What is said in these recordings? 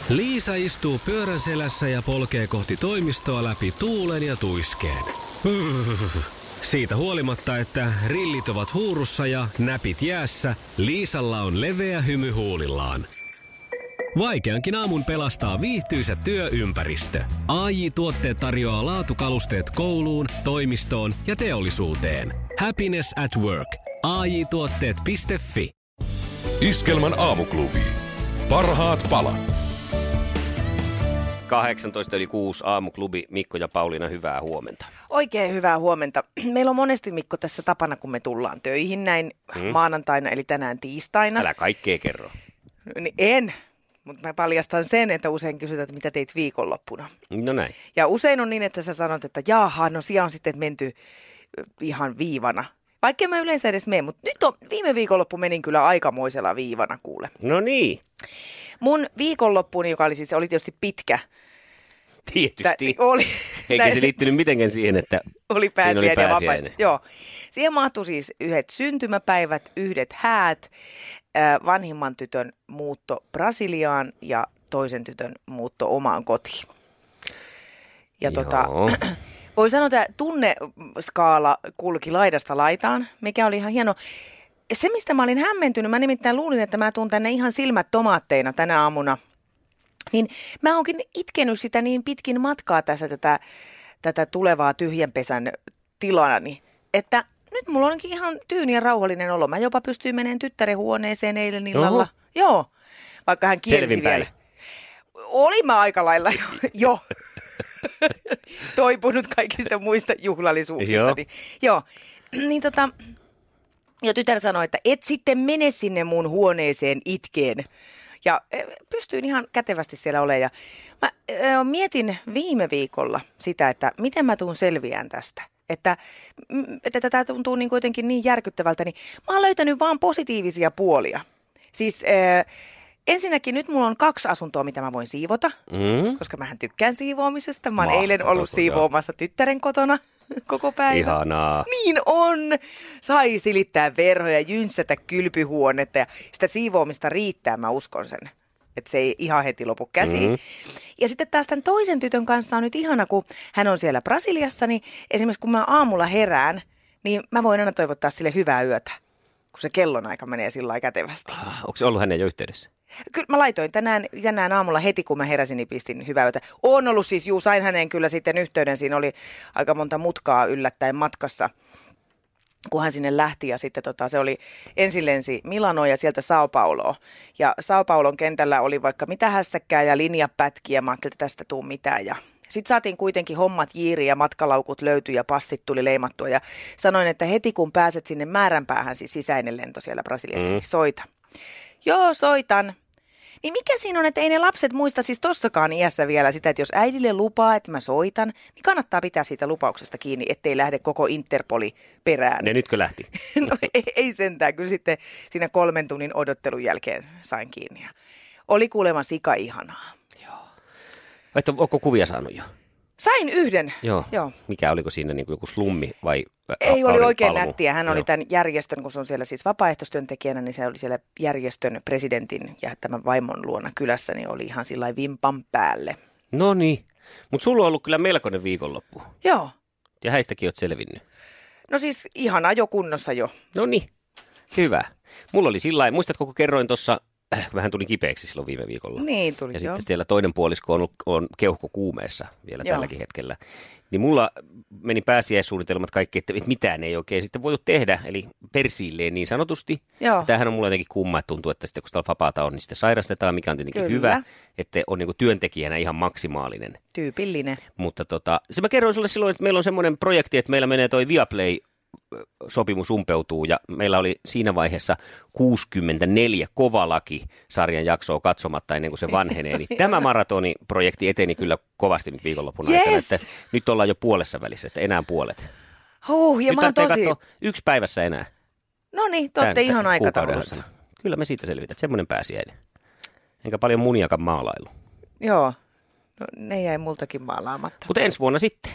Liisa istuu pyörän selässä ja polkee kohti toimistoa läpi tuulen ja tuiskeen. Siitä huolimatta, että rillit ovat huurussa ja näpit jäässä, Liisalla on leveä hymy huulillaan. Vaikeankin aamun pelastaa viihtyisä työympäristö. AJ-tuotteet tarjoaa laatukalusteet kouluun, toimistoon ja teollisuuteen. Happiness at work. AJ-tuotteet.fi. Iskelmän aamuklubi. Parhaat palat. 18:06 aamuklubi. Mikko ja Pauliina, hyvää huomenta. Oikein hyvää huomenta. Meillä on monesti, Mikko, tässä tapana, kun me tullaan töihin näin maanantaina, eli tänään tiistaina. Älä kaikkea kerro. Niin en, mutta mä paljastan sen, että usein kysytään, että mitä teit viikonloppuna. No näin. Ja usein on niin, että sä sanot, että jaaha, no siellä on sitten menty ihan viivana. Vaikka mä yleensä edes mene, mutta nyt viime viikonloppu menin kyllä aikamoisella viivana, kuule. No niin. Mun viikonloppuuni, joka oli tietysti pitkä. Tietysti. Oli. Eikä se liittynyt mitenkään siihen, että oli pääsiäinen ja pääsiäinen. Joo. Siihen mahtui siis yhdet syntymäpäivät, yhdet häät, vanhimman tytön muutto Brasiliaan ja toisen tytön muutto omaan kotiin. Ja voi sanoa, että tunneskaala kulki laidasta laitaan, mikä oli ihan hieno. Se, mistä mä olin hämmentynyt, mä nimittäin luulin, että mä tuun tänne ihan silmät tomaatteina tänä aamuna. Niin mä oonkin itkenyt sitä niin pitkin matkaa tässä tätä tulevaa tyhjänpesän tilani, että nyt mulla onkin ihan tyyni ja rauhallinen olo. Mä jopa pystyin menemään tyttären huoneeseen eilen illalla. Oho. Joo, vaikka hän kielsi vielä. Olin mä aika lailla jo toipunut kaikista muista juhlallisuuksista. Joo. Niin ja tytär sanoi, että et sitten mene sinne mun huoneeseen itkeen. Ja pystyin ihan kätevästi siellä olemaan. Ja mä mietin viime viikolla sitä, että miten mä tuun selviään tästä. Että tämä tuntuu niin kuitenkin niin järkyttävältä. Niin mä oon löytänyt vaan positiivisia puolia. Siis ensinnäkin nyt mulla on 2 asuntoa, mitä mä voin siivota. Koska mähän tykkään siivoamisesta. Mä oon eilen ollut siivoamassa tyttären kotona koko päivä. Ihanaa. Niin on. Sai silittää verhoja, jynssätä kylpyhuonetta ja sitä siivoamista riittää, mä uskon sen. Että se ei ihan heti lopu käsiin. Ja sitten taas tämän toisen tytön kanssa on nyt ihana, kun hän on siellä Brasiliassa, niin esimerkiksi kun mä aamulla herään, niin mä voin aina toivottaa sille hyvää yötä, kun se kellonaika menee sillä lailla kätevästi. Onko se ollut hänen jo yhteydessä? Kyllä mä laitoin tänään aamulla heti, kun mä heräsin, niin pistin hyvää yötä. On ollut siis, sain hänen kyllä sitten yhteyden. Siinä oli aika monta mutkaa yllättäen matkassa, kun hän sinne lähti. Ja sitten se oli ensin lensi Milanoon ja sieltä Sao Pauloon. Ja Sao Paulon kentällä oli vaikka mitä hässäkkää ja linjapätkiä. Mä ajattelin, että tästä tuu mitään. Ja sitten saatiin kuitenkin hommat jiiriin ja matkalaukut löytyi ja passit tuli leimattua. Ja sanoin, että heti kun pääset sinne määränpäähän, siis sisäinen lento siellä Brasiliassa, niin soita. Joo, soitan. Niin mikä siinä on, että ei ne lapset muista siis tossakaan iässä vielä sitä, että jos äidille lupaa, että mä soitan, niin kannattaa pitää siitä lupauksesta kiinni, ettei lähde koko Interpoli perään. Ja nytkö lähti? No ei sentään, kyllä sitten siinä 3 tunnin odottelun jälkeen sain kiinni. Oli kuulemma sika ihanaa. Joo. Että onko kuvia saanut jo? Sain yhden. Joo. Mikä oliko siinä, niin kuin joku slummi vai? Ei, oli oikein nättiä. Hän oli tämän järjestön, kun se on siellä siis vapaaehtoistyöntekijänä, niin se oli siellä järjestön presidentin ja tämän vaimon luona kylässä, niin oli ihan sillä vimpan päälle. No niin, mutta sulla on ollut kyllä melkoinen viikonloppu. Joo. Ja häistäkin oot selvinnyt. No siis ihan ajokunnossa jo. No niin, hyvä. Mulla oli sillä lailla, muistatko kun kerroin tuossa, vähän tuli kipeäksi silloin viime viikolla. Niin tuli, ja sitten siellä toinen puolisko on keuhkokuumeessa vielä tälläkin hetkellä. Niin mulla meni pääsiäissuunnitelmat kaikki, että mitään ei oikein sitten voitu tehdä, eli persiilleen niin sanotusti. Joo. Tämähän on mulla jotenkin kumma, että tuntuu, että sitten kun sitä vapaata on, niin sitten sairastetaan, mikä on tietenkin hyvä, että on niin kuin työntekijänä ihan maksimaalinen. Tyypillinen. Mutta se mä kerroin sulle silloin, että meillä on semmoinen projekti, että meillä menee toi Viaplay-sopimus umpeutuu ja meillä oli siinä vaiheessa 64 Kovalaki-sarjan jaksoa katsomatta ennen kuin se vanhenee. Niin tämä maratoniprojekti eteni kyllä kovasti nyt viikonlopun aikana, että nyt ollaan jo puolessa välissä, että enää puolet. Ja nyt mä oon tosi... katsoa 1 päivässä enää. No niin, te olette ihan aikataulussa. Kyllä me siitä selvitään, semmoinen pääsiäinen. Enkä paljon muniakaan maalailu. Joo, no, ne jäi multakin maalaamatta. Mutta ensi vuonna sitten.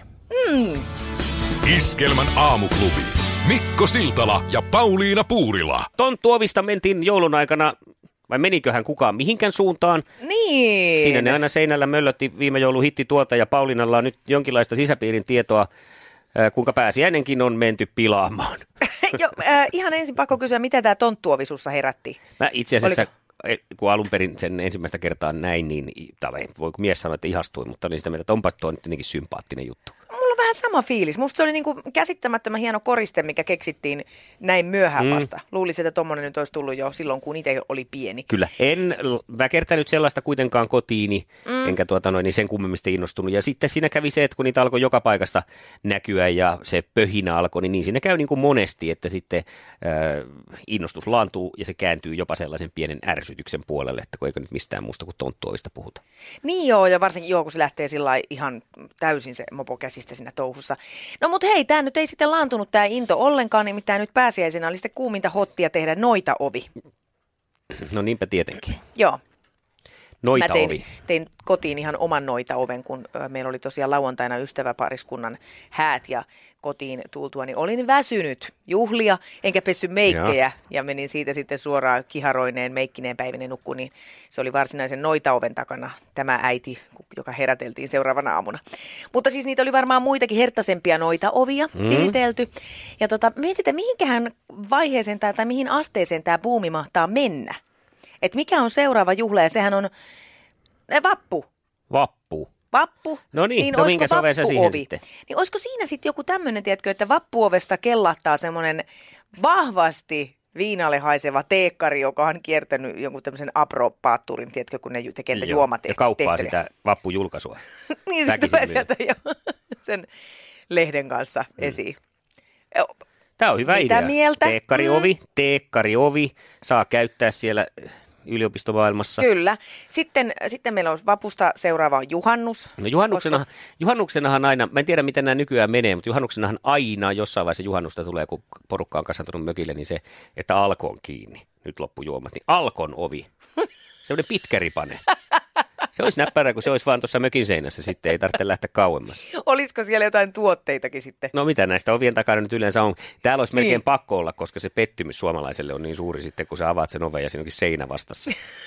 Iskelmän aamuklubi. Mikko Siltala ja Pauliina Puurila. Tonttuovista mentiin joulun aikana Vai meniköhän kukaan mihinkään suuntaan? Niin. Siinä ne aina seinällä möllötti viime joulun hitti tuolta ja Pauliinalla on nyt jonkinlaista sisäpiirin tietoa, kuinka pääsiäinenkin on menty pilaamaan. Jo, ihan ensin pakko kysyä, mitä tämä tonttuovi sussa herätti? Mä itse asiassa, kun alun perin sen ensimmäistä kertaa näin, niin voiko mies sanoa, että ihastuin, mutta olin sitä mieltä, että onpa tuo nyt jotenkin sympaattinen juttu. Mulla on vähän sama fiilis. Musta se oli niinku käsittämättömän hieno koriste, mikä keksittiin näin myöhään vasta. Luulisin, että tommonen nyt olisi tullut jo silloin, kun itse oli pieni. Kyllä, en väkertänyt sellaista kuitenkaan kotiini, enkä niin sen kummemmista innostunut. Ja sitten siinä kävi se, että kun niitä alkoi joka paikassa näkyä ja se pöhinä alkoi, niin siinä käy niin kuin monesti, että sitten innostus laantuu ja se kääntyy jopa sellaisen pienen ärsytyksen puolelle, että kun eikö nyt mistään muusta kuin tonttuovista puhuta. Niin joo, ja varsinkin kun se lähtee sillä ihan täysin se mopo käsistä siinä touhussa. No mut hei, tää nyt ei sitten laantunut tää into ollenkaan, nimittäin nyt pääsiäisenä oli sitten kuuminta hottia tehdä noita ovi. No niinpä tietenkin. Joo. Noita Mä ovi. tein kotiin ihan oman noita oven, kun meillä oli tosiaan lauantaina ystäväpariskunnan häät ja kotiin tultua, niin olin väsynyt juhlia, enkä pessy meikkejä ja menin siitä sitten suoraan kiharoineen, meikkineen päivineen nukkuun, niin se oli varsinaisen noita oven takana tämä äiti, joka heräteltiin seuraavana aamuna. Mutta siis niitä oli varmaan muitakin herttaisempia noita ovia viritelty. Ja mietitään, mihinkähän vaiheeseen tai mihin asteeseen tämä buumi mahtaa mennä. Että mikä on seuraava juhla, ja sehän on vappu. Vappu. No niin, no minkä soveen sä siihen sitten? Niin olisiko siinä sitten joku tämmöinen, tiedätkö, että vappuovesta kellahtaa semmoinen vahvasti viinalle haiseva teekkari, joka on kiertänyt jonkun tämmöisen apropaatturin, tiedätkö, kun ne tekee juomat. Ja kauppaa sitä vappujulkaisua. Niin se tulee sieltä jo sen lehden kanssa esiin. Tämä on hyvä Mitä idea. Mieltä? Teekkariovi saa käyttää siellä yliopistomaailmassa. Kyllä. Sitten meillä on vapusta seuraava on juhannus. No juhannuksenahan aina, mä en tiedä miten nämä nykyään menee, mutta juhannuksenahan aina jossain vaiheessa juhannusta tulee, kun porukka on kasantunut mökille, niin se, että Alko on kiinni. Nyt loppujuomat, niin Alkon ovi. Sellainen pitkä ripane. Se olisi näppärä, kun se olisi vaan tuossa mökin seinässä sitten, ei tarvitse lähteä kauemmas. Olisiko siellä jotain tuotteitakin sitten? No mitä näistä ovien takana nyt yleensä on? Täällä olisi melkein pakko olla, koska se pettymys suomalaiselle on niin suuri sitten, kun sä avaat sen oven ja siinä onkin seinä vastassa.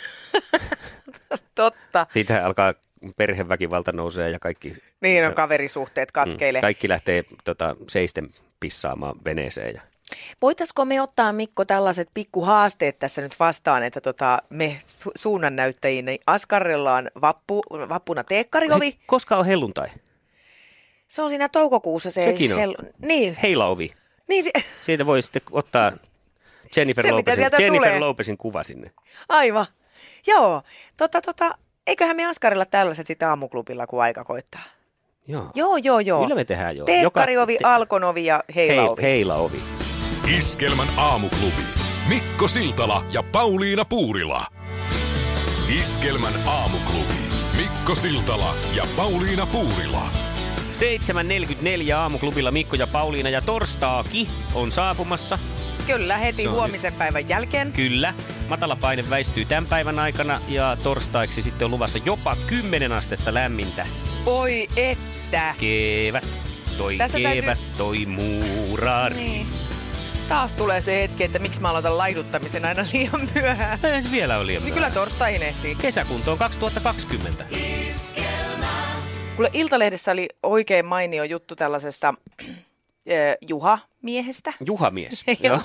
Totta. Siitä alkaa perheväkivalta nousee ja kaikki... Niin on kaverisuhteet katkeilee. Kaikki lähtee seisten pissaamaan veneeseen ja... Voitaisiko me ottaa, Mikko, tällaiset pikkuhaasteet tässä nyt vastaan, että me suunnannäyttäjiin askarrellaan vappuna teekkariovi. Hei, koska on helluntai? Se on siinä toukokuussa se. Sekin on. Niin. Heilaovi. Niin Siitä voi sitten ottaa Jennifer Lopezin kuva sinne. Aivan. Joo. Eiköhän me askarella tällaiset sitten aamuklubilla, kun aika koittaa. Joo. Millä me tehdään jo? Teekkariovi, Alkonovi ja heilaovi. Heilaovi. Iskelmän aamuklubi. Mikko Siltala ja Pauliina Puurila. Iskelmän aamuklubi. Mikko Siltala ja Pauliina Puurila. 7.44 aamuklubilla Mikko ja Pauliina ja torstaakin on saapumassa. Kyllä, heti huomisen päivän jälkeen. Kyllä. Matala paine väistyy tämän päivän aikana ja torstaiksi sitten on luvassa jopa 10 astetta lämmintä. Oi että! Kevät, toi muurari. Niin. Taas tulee se hetki, että miksi mä aloitan laiduttamisen aina liian myöhään. Ei se vielä ole liian niin myöhään. Kyllä torstaihin ehtii. Kesäkuntoon 2020. Kuule, Iltalehdessä oli oikein mainio juttu tällaisesta Juha-miehestä. Juha-mies. Joo.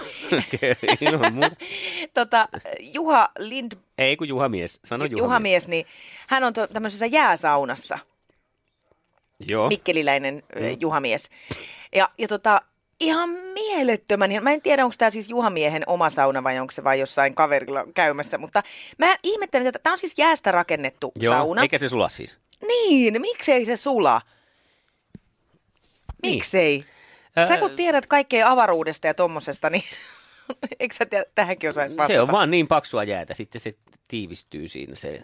Juha Lind... Ei kun Juha-mies. Sano Juha-mies. Juha-mies, niin hän on tämmöisessä jääsaunassa. Joo. Mikkeliläinen Juha-mies. Ja ihan mielettömän. Mä en tiedä, onko tämä siis Juha-miehen oma sauna vai onko se vain jossain kaverilla käymässä, mutta mä ihmettelen, että tämä on siis jäästä rakennettu sauna. Eikä se sula siis. Niin, miksei se sula? Miksei? Sä kun tiedät kaikkea avaruudesta ja tommosesta, niin eikö sä tähänkin osaisi vastata? Se on vaan niin paksua jäätä, sitten se tiivistyy siinä se...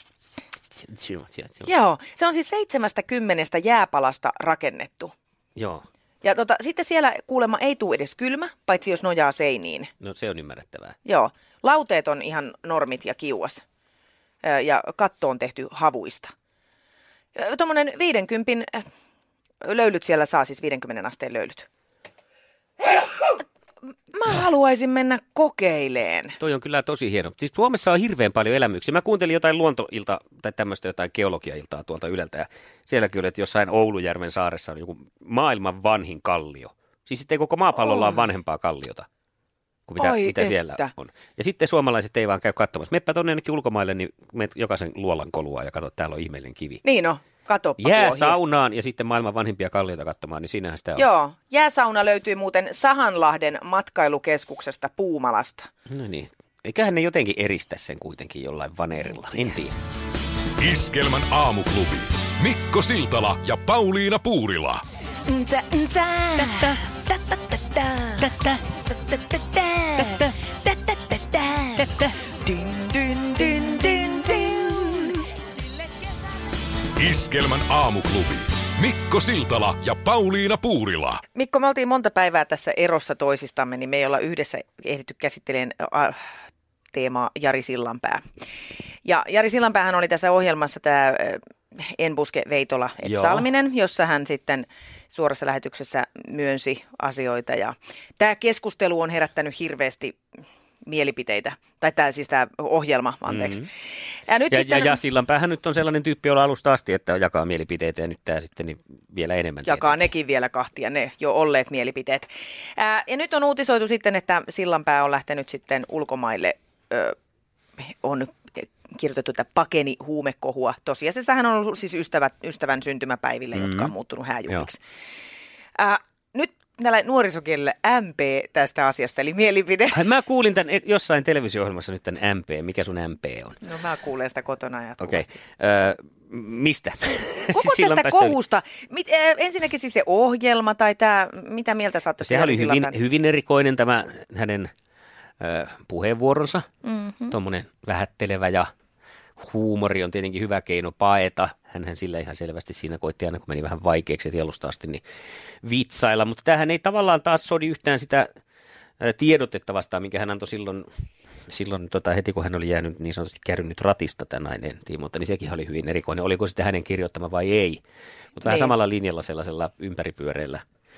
Joo, se on siis 70 jääpalasta rakennettu. Joo. Ja sitten siellä kuulemma ei tule edes kylmä, paitsi jos nojaa seiniin. No se on ymmärrettävää. Joo, lauteet on ihan normit ja kiuas. Ja katto on tehty havuista. Tuommoinen 50 löylyt siellä saa, siis 50 asteen löylyt. Siis, mä haluaisin mennä kokeileen. Toi on kyllä tosi hieno. Siis Suomessa on hirveän paljon elämyksiä. Mä kuuntelin jotain luontoilta tai tämmöistä jotain geologiailtaa tuolta Yleltä ja sielläkin oli, että jossain Oulujärven saaressa on joku maailman vanhin kallio. Siis sitten koko maapallolla on vanhempaa kalliota kuin mitä siellä on. Ja sitten suomalaiset ei vaan käy katsomassa. Meppä tonne jonnekin ulkomaille, niin menet jokaisen luolan kolua ja katso, että täällä on ihmeellinen kivi. Niin on. Katoppa jää saunaan ja sitten maailman vanhimpia kallioita katsomaan, niin siinähän sitä on. Joo, jääsauna löytyy muuten Sahanlahden matkailukeskuksesta Puumalasta. No niin, eiköhän ne jotenkin eristä sen kuitenkin jollain vanerilla, en tiedä. Iskelmän aamuklubi. Mikko Siltala ja Pauliina Puurila. Iskelmän aamuklubi. Mikko Siltala ja Pauliina Puurila. Mikko, me oltiin monta päivää tässä erossa toisistamme, niin me ei olla yhdessä ehditty käsittelemään teemaa Jari Sillanpää. Ja Jari Sillanpäähän oli tässä ohjelmassa tämä En buske Veitola et Salminen, jossa hän sitten suorassa lähetyksessä myönsi asioita. Ja tämä keskustelu on herättänyt hirveästi mielipiteitä, tai tämä ohjelma, anteeksi. Mm-hmm. Ja Sillanpäähän nyt on sellainen tyyppi, jolla alusta asti, että jakaa mielipiteitä, ja nyt tämä sitten niin vielä enemmän. Jakaa tietenkin. Nekin vielä kahtia, ne jo olleet mielipiteet. Ja nyt on uutisoitu sitten, että Sillanpää on lähtenyt sitten ulkomaille, on kirjoitettu, että pakeni huumekohua. Tosiasiassa hän on ollut siis ystävän syntymäpäiville, jotka on muuttunut hääjuhliksi. Nyt näillä nuorisokielellä MP tästä asiasta, eli mielipide. Mä kuulin tämän jossain televisio-ohjelmassa nyt tämän MP. Mikä sun MP on? No mä kuulen sitä kotona jatkuvasti. Mistä? Koko tästä kohusta. Ensinnäkin siis se ohjelma tai tämä, mitä mieltä saattaisi? Sehän oli hyvin erikoinen tämä hänen puheenvuoronsa. Tuommoinen vähättelevä ja huumori on tietenkin hyvä keino paeta. Hänhän sillä ihan selvästi siinä koitti aina, kun meni vähän vaikeaksi alusta asti, niin vitsailla. Mutta tämähän ei tavallaan taas sodi yhtään sitä tiedotetta vastaan, minkä hän antoi silloin heti, kun hän oli jäänyt niin sanotusti kärrynyt ratista tämän aineen tiimoilta, niin sekin oli hyvin erikoinen. Oliko sitten hänen kirjoittama vai ei? Mutta vähän samalla linjalla sellaisella ympäripyöreällä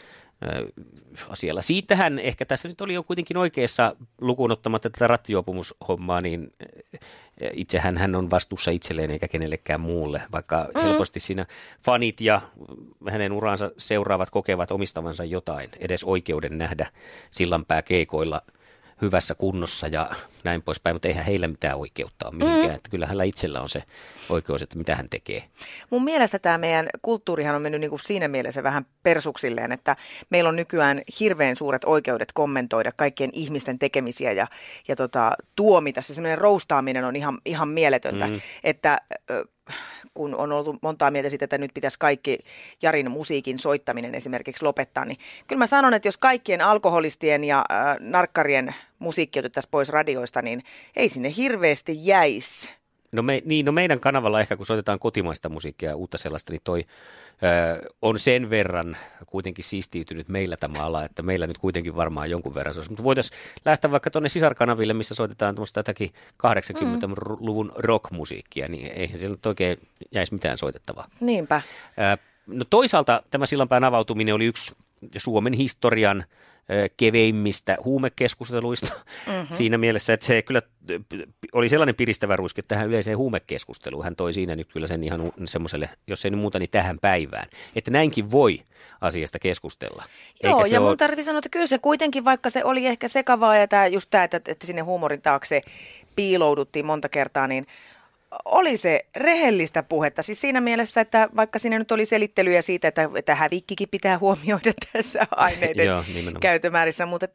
asialla. Siitähän ehkä tässä nyt oli jo kuitenkin oikeassa lukuun ottamatta tätä rattijuopumushommaa, niin itsehän hän on vastuussa itselleen eikä kenellekään muulle, vaikka helposti siinä fanit ja hänen uransa seuraavat kokevat omistavansa jotain, edes oikeuden nähdä Sillanpää keikoilla hyvässä kunnossa ja näin poispäin, mutta eihän heillä mitään oikeutta ole mihinkään. Että kyllä hänellä itsellä on se oikeus, että mitä hän tekee. Mun mielestä tämä meidän kulttuurihan on mennyt niin kuin siinä mielessä vähän persuksilleen, että meillä on nykyään hirveän suuret oikeudet kommentoida kaikkien ihmisten tekemisiä ja tuomita. Se semmoinen roustaaminen on ihan mieletöntä, että kun on ollut montaa mieltä siitä, että nyt pitäisi kaikki Jarin musiikin soittaminen esimerkiksi lopettaa, niin kyllä mä sanon, että jos kaikkien alkoholistien ja narkkarien musiikki otettaisiin pois radioista, niin ei sinne hirveästi jäisi. No meidän kanavalla ehkä, kun soitetaan kotimaista musiikkia ja uutta sellaista, niin toi on sen verran kuitenkin siistiytynyt meillä tämä ala, että meillä nyt kuitenkin varmaan jonkun verran se olisi. Mutta voitaisiin lähteä vaikka tuonne sisarkanaville, missä soitetaan tuommoista jotakin 80-luvun rockmusiikkia, niin eihän siellä nyt oikein jäisi mitään soitettavaa. Niinpä. No toisaalta tämä Sillanpään avautuminen oli yksi Suomen historian keveimmistä huumekeskusteluista siinä mielessä, että se kyllä oli sellainen piristävä ruiske tähän yleiseen huumekeskusteluun. Hän toi siinä nyt kyllä sen ihan semmoiselle, jos ei nyt muuta, niin tähän päivään. Että näinkin voi asiasta keskustella. Joo, ja mun tarvitsee sanoa, että kyllä se kuitenkin, vaikka se oli ehkä sekavaa ja just tämä, että sinne huumorin taakse piilouduttiin monta kertaa, niin oli se rehellistä puhetta, siis siinä mielessä, että vaikka siinä nyt oli selittelyjä siitä, että hävikkikin pitää huomioida tässä aineiden käytömäärissä, mutta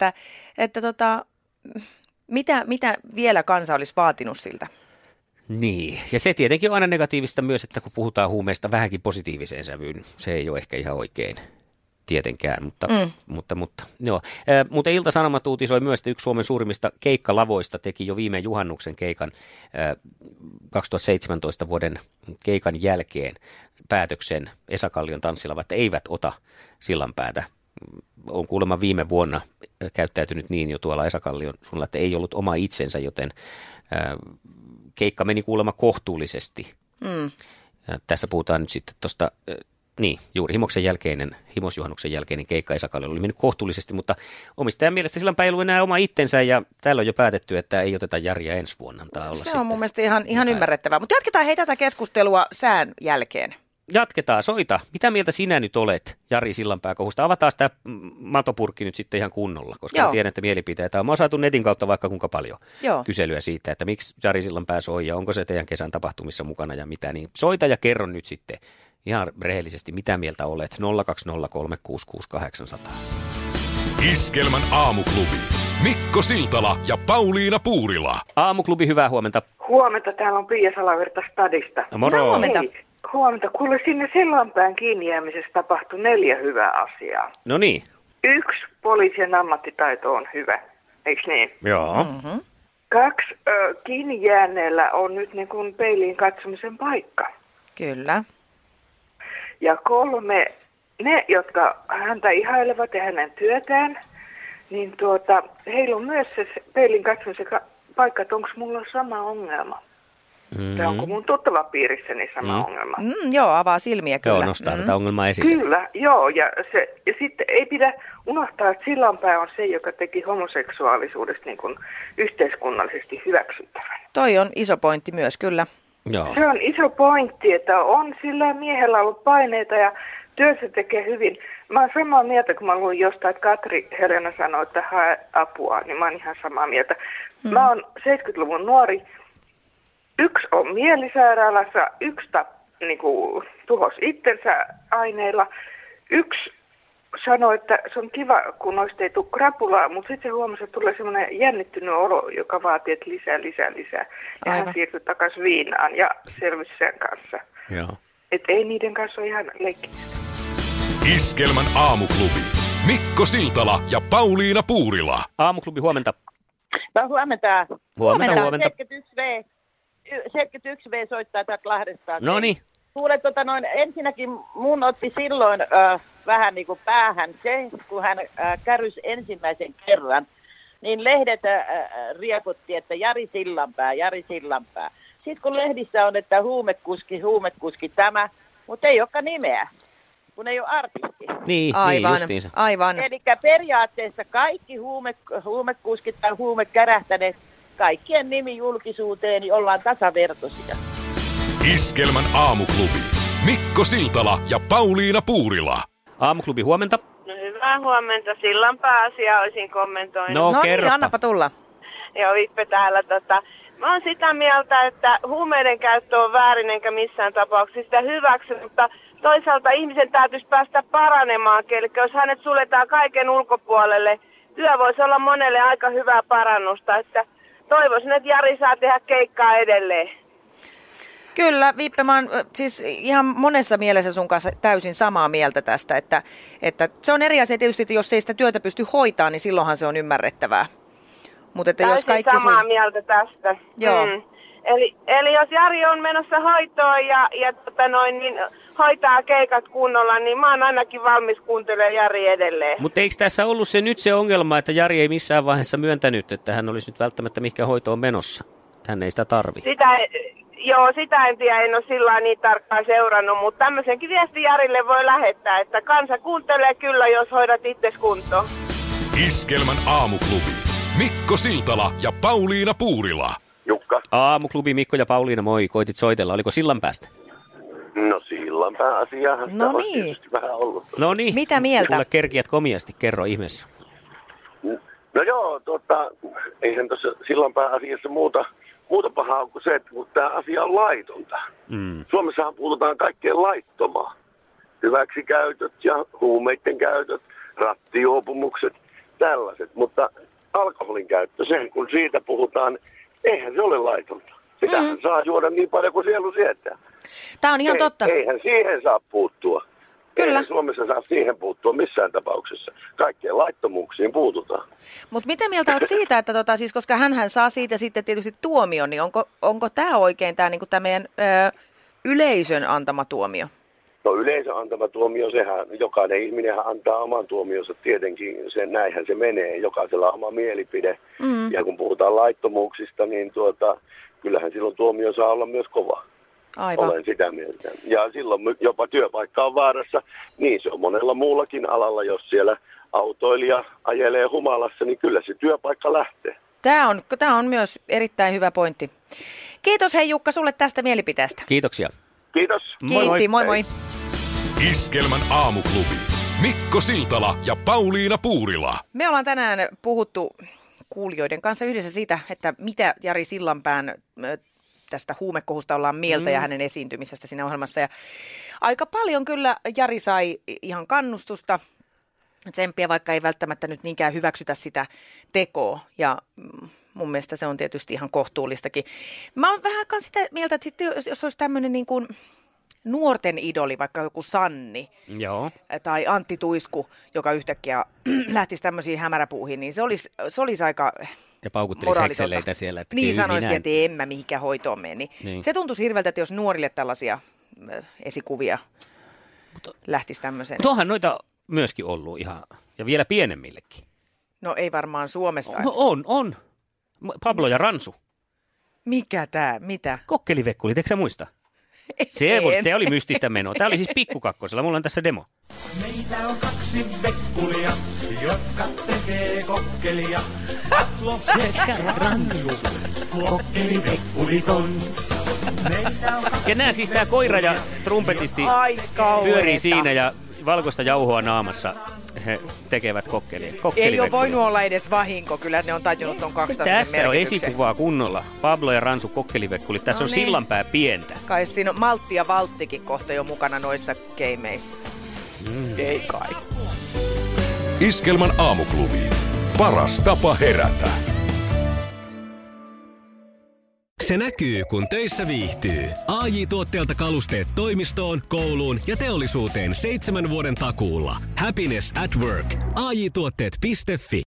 mitä vielä kansa olisi vaatinut siltä? Niin, ja se tietenkin on aina negatiivista myös, että kun puhutaan huumeista vähänkin positiiviseen sävyyn, se ei ole ehkä ihan oikein tietenkään, mutta joo. Mutta Ilta-Sanomat uutisoi myös, että yksi Suomen suurimmista keikkalavoista teki jo viime juhannuksen keikan 2017 vuoden keikan jälkeen päätöksen Esa Kallion Tanssilava, että eivät ota Sillanpäätä. On kuulemma viime vuonna käyttäytynyt niin jo tuolla Esa Kallion suunnalla, että ei ollut oma itsensä, joten keikka meni kuulemma kohtuullisesti. Ja tässä puhutaan nyt sitten tuosta Niin, juuri himosjuhannuksen jälkeinen keikka Esakalle oli mennyt kohtuullisesti, mutta omistajan mielestä silloinpä ei ollut enää oma itsensä ja täällä on jo päätetty, että ei oteta Jaria ensi vuonna. Se on mun mielestä ihan ymmärrettävää, mutta jatketaan tätä keskustelua sään jälkeen. Jatketaan, soita. Mitä mieltä sinä nyt olet Jari Sillanpää kohusta? Avataan tämä matopurkki nyt sitten ihan kunnolla, koska tiedän, että mielipiteitä on. Mä oon saatu netin kautta vaikka kuinka paljon kyselyä siitä, että miksi Jari Sillanpää soi ja onko se teidän kesän tapahtumissa mukana ja mitä. Niin soita ja kerro nyt sitten ihan rehellisesti, mitä mieltä olet. 020366800. Iskelmän aamuklubi. Mikko Siltala ja Pauliina Puurila. Aamuklubi, hyvää huomenta. Huomenta, täällä on Pia Salavirta Stadista. No, moro. Huomenta. Hei, huomenta. Kuule, sinne Sillanpään kiinni jäämisessä tapahtui 4 hyvää asiaa. No niin. 1, poliisien ammattitaito on hyvä, eikö niin? Joo. 2, kiinni jääneellä on nyt niin kuin peiliin katsomisen paikka. Kyllä. Ja 3, ne, jotka häntä ihailevat ja hänen työtään, niin heillä on myös se peilin katsomisen paikka, että onko mulla sama ongelma. Tai onko mun tuttava piirissäni sama ongelma? Joo, avaa silmiä kyllä. Joo, nostaa tätä ongelmaa esille. Kyllä, joo. Ja sitten ei pidä unohtaa, että Sillanpää on se, joka teki homoseksuaalisuudesta niin kuin yhteiskunnallisesti hyväksyttävän. Toi on iso pointti myös, kyllä. Joo. Se on iso pointti, että on sillä miehellä ollut paineita ja työssä tekee hyvin. Mä oon samaa mieltä, kun mä luin jostain, että Katri Helena sanoi, että hae apua, niin mä oon ihan samaa mieltä. Mä oon 70-luvun nuori. 1 on mielisairaalassa, 1 tuhos itsensä aineilla. 1 sanoi, että se on kiva, kun noista ei tule krapulaa, mutta sitten se huomasi, että tulee semmoinen jännittynyt olo, joka vaatii, että lisää. Ja hän siirtyi takaisin viinaan ja selvisi sen kanssa. Joo. Että ei niiden kanssa ole ihan leikkimistä. Iskelmän aamuklubi. Mikko Siltala ja Pauliina Puurila. Aamuklubi, huomenta. No, huomenta. Huomenta. 71V soittaa täältä Lahdesta. No niin. Kuule, ensinnäkin mun otti silloin vähän niin kuin päähän se, kun hän kärysi ensimmäisen kerran, niin lehdet riekutti, että Jari Sillanpää. Sitten kun lehdissä on, että huumekuski tämä, mutta ei olekaan nimeä, kun ei ole artisti. Niin, Aivan. Eli periaatteessa kaikki huumekuskit tai huumekärähtäneet, kaikkien nimi julkisuuteen, niin ollaan tasavertoisia. Iskelmän aamuklubi. Mikko Siltala ja Pauliina Puurila. Aamuklubi, huomenta. No, hyvää huomenta. Sillanpää asiaa olisin kommentoinut. No niin, kerropa. annapa tulla. Joo, Vippe täällä. Mä oon sitä mieltä, että huumeiden käyttö on väärin enkä missään tapauksessa sitä hyväksy, mutta toisaalta ihmisen täytyisi päästä paranemaan. Eli jos hänet suljetaan kaiken ulkopuolelle, työ voisi olla monelle aika hyvää parannusta. Että toivoisin, että Jari saa tehdä keikkaa edelleen. Kyllä, Vippe, mä oon siis ihan monessa mielessä sun kanssa täysin samaa mieltä tästä, että se on eri asia tietysti, että jos ei sitä työtä pysty hoitamaan, niin silloinhan se on ymmärrettävää. Mutta että jos kaikki samaa mieltä tästä. Joo. Eli jos Jari on menossa hoitoon ja niin hoitaa keikat kunnolla, niin mä oon ainakin valmis kuuntelemaan Jari edelleen. Mutta eikö tässä ollut se ongelma, että Jari ei missään vaiheessa myöntänyt, että hän olisi nyt välttämättä mihinkään hoitoon menossa? Hän ei sitä tarvitse. Sitä en tiedä, en ole sillä niin tarkkaan seurannut, mutta tämmöisenkin viesti Jarille voi lähettää, että kansa kuuntelee kyllä, jos hoidat itses kuntoon. Iskelmän aamuklubi. Mikko Siltala ja Pauliina Puurila. Jukka. Aamuklubi, Mikko ja Pauliina, moi. Koitit soitella. Oliko Sillanpäästä? No Sillanpään asiahan sitä on tietysti vähän ollut. No niin. Mitä mieltä? Kuule kerkiät komiasti, kerro ihmeessä. No joo, eihän tuossa Sillanpään asiassa muuta pahaa kuin se, että tämä asia on laitonta. Suomessahan puhutaan kaikkeen laittomaan. Hyväksikäytöt ja huumeiden käytöt, rattijuopumukset, tällaiset. Mutta alkoholin käyttö, kun siitä puhutaan, eihän se ole laitonta. Sitähän saa juoda niin paljon kuin sielu sietää. Tämä on ihan totta. Eihän siihen saa puuttua. Kyllä. Eihän Suomessa saa siihen puuttua missään tapauksessa. Kaikkeen laittomuuksiin puututaan. Mutta mitä mieltä olet siitä, että siis koska hänhän saa siitä sitten tietysti tuomion, niin onko tämä oikein tämä niinku meidän yleisön antama tuomio? No yleisön antama tuomio, sehän jokainen ihminenhän antaa oman tuomionsa tietenkin, näinhän se menee, jokaisella on oma mielipide. Ja kun puhutaan laittomuuksista, niin kyllähän silloin tuomio saa olla myös kova. Aivan. Olen sitä mieltä. Ja silloin jopa työpaikka on vaarassa. Niin se on monella muullakin alalla, jos siellä autoilija ajelee humalassa, niin kyllä se työpaikka lähtee. Tämä on myös erittäin hyvä pointti. Kiitos hei Jukka sulle tästä mielipiteestä. Kiitoksia. Kiitos. Kiitti, moi moi. Iskelmän aamuklubi. Mikko Siltala ja Pauliina Puurila. Me ollaan tänään puhuttu kuulijoiden kanssa yhdessä siitä, että mitä Jari Sillanpään tästä huumekohusta ollaan mieltä ja hänen esiintymisestä siinä ohjelmassa. Ja aika paljon kyllä Jari sai ihan kannustusta, tsemppiä, vaikka ei välttämättä nyt niinkään hyväksytä sitä tekoa. Ja mun mielestä se on tietysti ihan kohtuullistakin. Mä oon vähän sitä mieltä, että sitten jos olisi tämmöinen niin kuin nuorten idoli, vaikka joku Sanni tai Antti Tuisku, joka yhtäkkiä lähtisi tämmöisiin hämäräpuuhiin, niin se olisi aika ja paukuttelisi hekseleitä siellä. Että niin sanoisi, että en mä mihinkään hoitoon mene. Niin. Se tuntuisi hirveältä, että jos nuorille tällaisia esikuvia lähtisi tämmöiseen. Mutta onhan noita myöskin ollut ihan, ja vielä pienemmillekin. No ei varmaan Suomessa. No on. Pablo ja Ransu. Mikä tää? Mitä? Kokkelivekkuli, eikö sä muista? Se oli mystistä menoa. Tää oli siis pikkukakkosella. Mulla on tässä demo. Meitä on 2 vekkulia, jotka tekee kokkelia. Pablo sekä Ransu, kokkelivekkulit on. Ja nää siis tää koira ja trumpetisti pyörii siinä ja valkoista jauhoa naamassa. He tekevät kokkelia. Ei ole voinut olla edes vahinko, kyllä että ne on tajunnut tuon 2 Tässä on esikuvaa kunnolla. Pablo ja Ransu kokkelivekkulit. Tässä on Sillanpää pientä. Kai siinä on Maltti ja Valttikin kohta jo mukana noissa keimeissa. Ei kai. Iskelmän aamuklubi. Paras tapa herätä. Se näkyy, kun töissä viihtyy. AJ-tuotteelta kalusteet toimistoon, kouluun ja teollisuuteen 7 vuoden takuulla. Happiness at work. AJ-tuotteet.fi